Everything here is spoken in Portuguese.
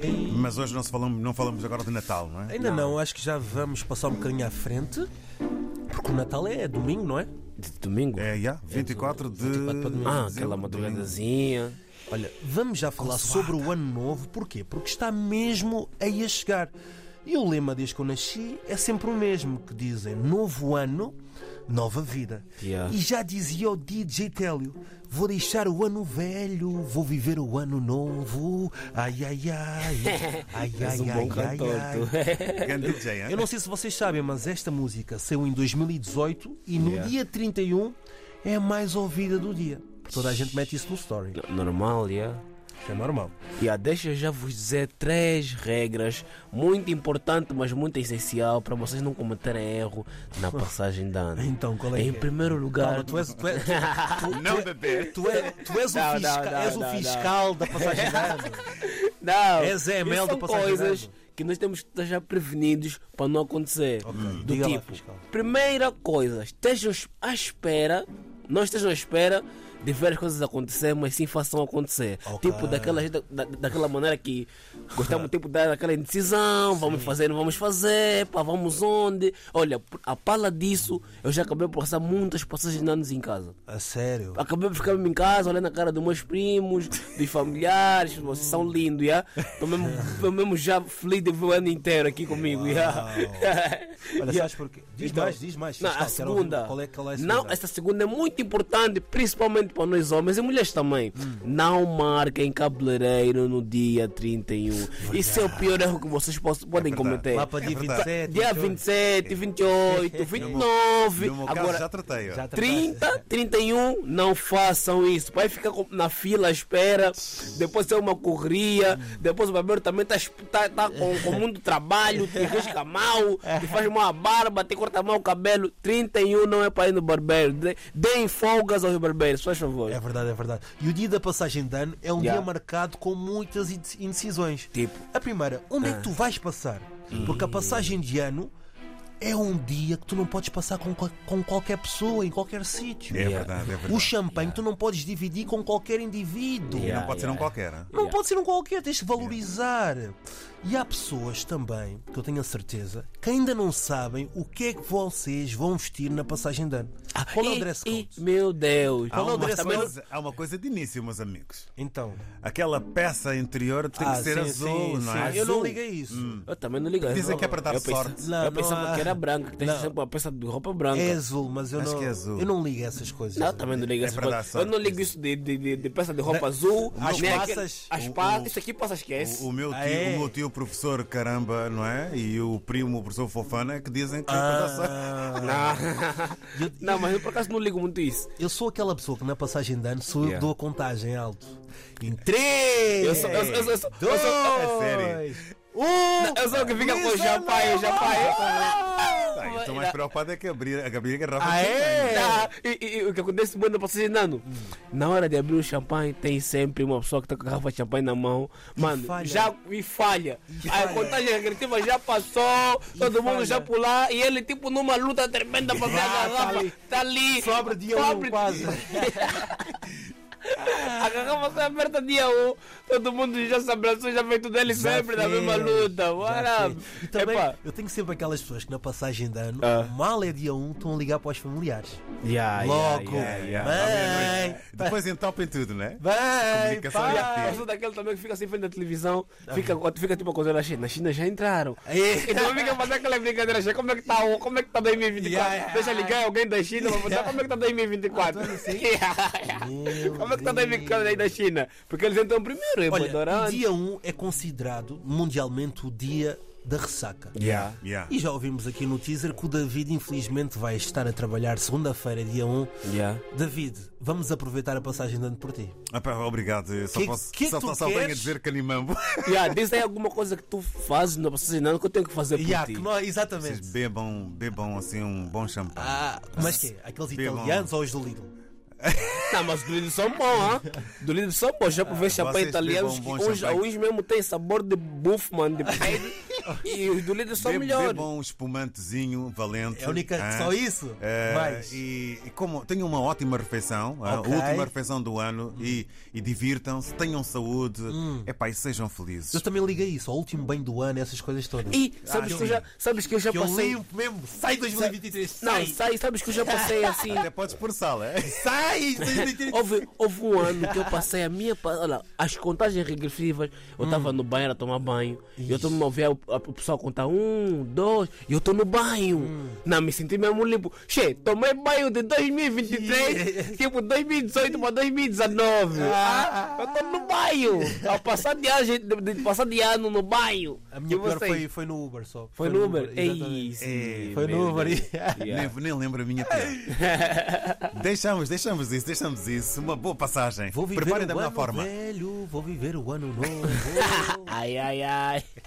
Mas hoje não falamos agora de Natal, não é? Ainda não, acho que já vamos passar um bocadinho à frente, porque o Natal é domingo, não é? De domingo? É, 24 de... 24 para domingo. Aquela madrugadazinha. Olha, vamos já falar sobre o ano novo, porquê? Porque está mesmo aí a chegar. E o lema desde que eu nasci é sempre o mesmo, que dizem novo ano, nova vida. Yeah. E já dizia o DJ Télio, vou deixar o ano velho, vou viver o ano novo. Ai, ai, ai, ai, És um bom cantor, tu. Grande DJ, hein? Eu não sei se vocês sabem, mas esta música saiu em 2018 e no dia 31 é a mais ouvida do dia. Porque toda a gente mete isso no story. Normal, É normal. Deixa eu já vos dizer 3 regras muito importantes, mas muito essencial para vocês não cometerem erro na passagem de ano. Então, qual é Em que é? primeiro lugar, Tu és o fiscal da passagem de ano. não, És a Mel da são passagem de coisas ano. que nós temos que estar já prevenidos para não acontecer. Do Diga lá, tipo, fiscal. primeira coisa, estejam à espera, não estejam à espera de ver as coisas acontecer, mas sim façam acontecer. Ok. Tipo, daquela maneira que gostamos tipo, de dar aquela indecisão, vamos fazer, não vamos fazer, pá, vamos onde. Olha, a pala disso, eu já acabei por passar muitas passagens de anos em casa. A sério? Acabei por ficar em casa, olhando a cara dos meus primos, dos familiares, vocês são lindos, Estou mesmo já feliz de ver o ano inteiro aqui comigo, Olha, sabes porquê? Diz mais. Não, fiscal, a quero ouvir. segunda. Qual é a segunda? Não, esta segunda é muito importante, principalmente para nós homens e mulheres também. Não marquem cabeleireiro no dia 31. Isso é o pior erro que vocês podem cometer. Lá para dia 27. Dia 27, 28, 29. No meu caso Agora, já tratei. ó. 30, 31, não façam isso. Vai ficar na fila à espera, depois é uma correria, depois o barbeiro também está com muito trabalho, te risca mal, te faz mal a barba, te corta mal o cabelo. 31 não é para ir no barbeiro. Deem folgas aos barbeiros, faz favor. É verdade. E o dia da passagem de ano é um dia marcado com muitas indecisões. Tipo? A primeira, onde é que tu vais passar? Porque a passagem de ano é um dia que tu não podes passar com qualquer pessoa, em qualquer sítio. É verdade. O champanhe tu não podes dividir com qualquer indivíduo. Não pode ser um qualquer. hein? Não pode ser um qualquer, tens de valorizar. E há pessoas também, que eu tenho a certeza, que ainda não sabem o que é que vocês vão vestir na passagem de ano. Qual é o dress code? Meu Deus. Há uma coisa de início, meus amigos. Então, Aquela peça interior tem que ser azul, não é? Eu não liguei isso. Eu também não liguei. Dizem que é para dar Eu pensava- sorte. Não, eu pensava não há- que era branca, que tem Não. sempre uma peça de roupa branca. É azul, mas eu Acho não, que é azul. eu não ligo essas coisas. Não, também não ligo É essas para dar coisas. sorte. Eu não ligo isso de peça de roupa azul. As nem passas. As passas. Isso aqui passa, esquece. O meu é? tio, professor Caramba, não é? E o primo, o professor Fofana, que dizem que é para dar sorte. Não, mas eu por acaso não ligo muito isso. Eu sou aquela pessoa que na passagem de ano sou eu que dou a contagem alto. Em 3, Eu sou- 2, É sério. 1. Eu sou o que fica com o champanhe. Estou mais preocupado é que abrir a garrafa. Ah, de é? champanhe. E o que acontece muito na passagem de ano? Na hora de abrir o champanhe, tem sempre uma pessoa que está com a garrafa de champanhe na mão. Mano, falha. já falha. A contagem regressiva já passou, todo mundo falha. já pular e ele tipo numa luta tremenda para ver a garrafa. Tá ali. Sobre dia 1 quase. A garrafa sai aberta dia 1, todo mundo já se abraçou, já feito dele sempre na mesma luta. Bora. E também, Epá. eu tenho sempre aquelas pessoas que na passagem de ano, mal é dia 1, estão a ligar para os familiares. Logo, bem, Depois entopem tudo, não é? bem, Comunicação pai. é Eu sou daquele também que fica assim frente à televisão, fica tipo a coisa na China. Na China já entraram. Aí. Então fica fazendo aquela brincadeira, assim, como é que tá 2024? Deixa ligar alguém da China para mostrar como é que tá 2024. Como é que tá 2024 aí da China? Porque eles entram primeiro, é Olha, adorando. o dia 1 é considerado mundialmente o dia da ressaca. Yeah. E já ouvimos aqui no teaser que o David infelizmente vai estar a trabalhar segunda-feira, dia 1. David, vamos aproveitar a passagem de ano por ti. Obrigado. Eu só venho a dizer canimambo. Diz aí alguma coisa que tu fazes na passagem de ano que eu tenho que fazer por ti. Exatamente. Vocês bebam assim um bom champanhe. Mas que é? Aqueles Bebam. italianos ou os do Lidl? Não, mas do Lidl são bons, hein? Do Lidl são bons. Já provei champanhe Vocês italianos bebam que bom uns champanhe. mesmo tem sabor de buff, mano, de peido. E os do líder são melhores. Bebam um espumantezinho valente. É a única, só isso? Mais. E como tenham uma ótima refeição, a Ok. última refeição do ano, e divirtam-se, tenham saúde, e sejam felizes. Eu também liguei isso, ao último banho do ano, essas coisas todas. E sabes que eu já que eu passei. limpo mesmo, sai 2023, Não, sai, sabes que eu já passei assim. Até podes pôr sala, é? sai 2023. Houve um ano que eu passei olha, as contagens regressivas. Eu estava no banheiro a tomar banho. E eu estou a ouvir o pessoal contar 1, 2. E eu estou no banho. Não, me senti mesmo limpo. Che, tomei banho de 2023, tipo 2018 para 2019. Eu estou no banho. Ao passar de ano no banho. A minha E pior vocês? foi no Uber só. Foi no Uber? Exatamente. Ei, sim, Foi no meu Uber. Deus. Nem lembro a minha pior. deixamos isso. Uma boa passagem. Vou viver Preparem o da melhor ano forma. velho, vou viver o ano novo. Ai, ai, ai.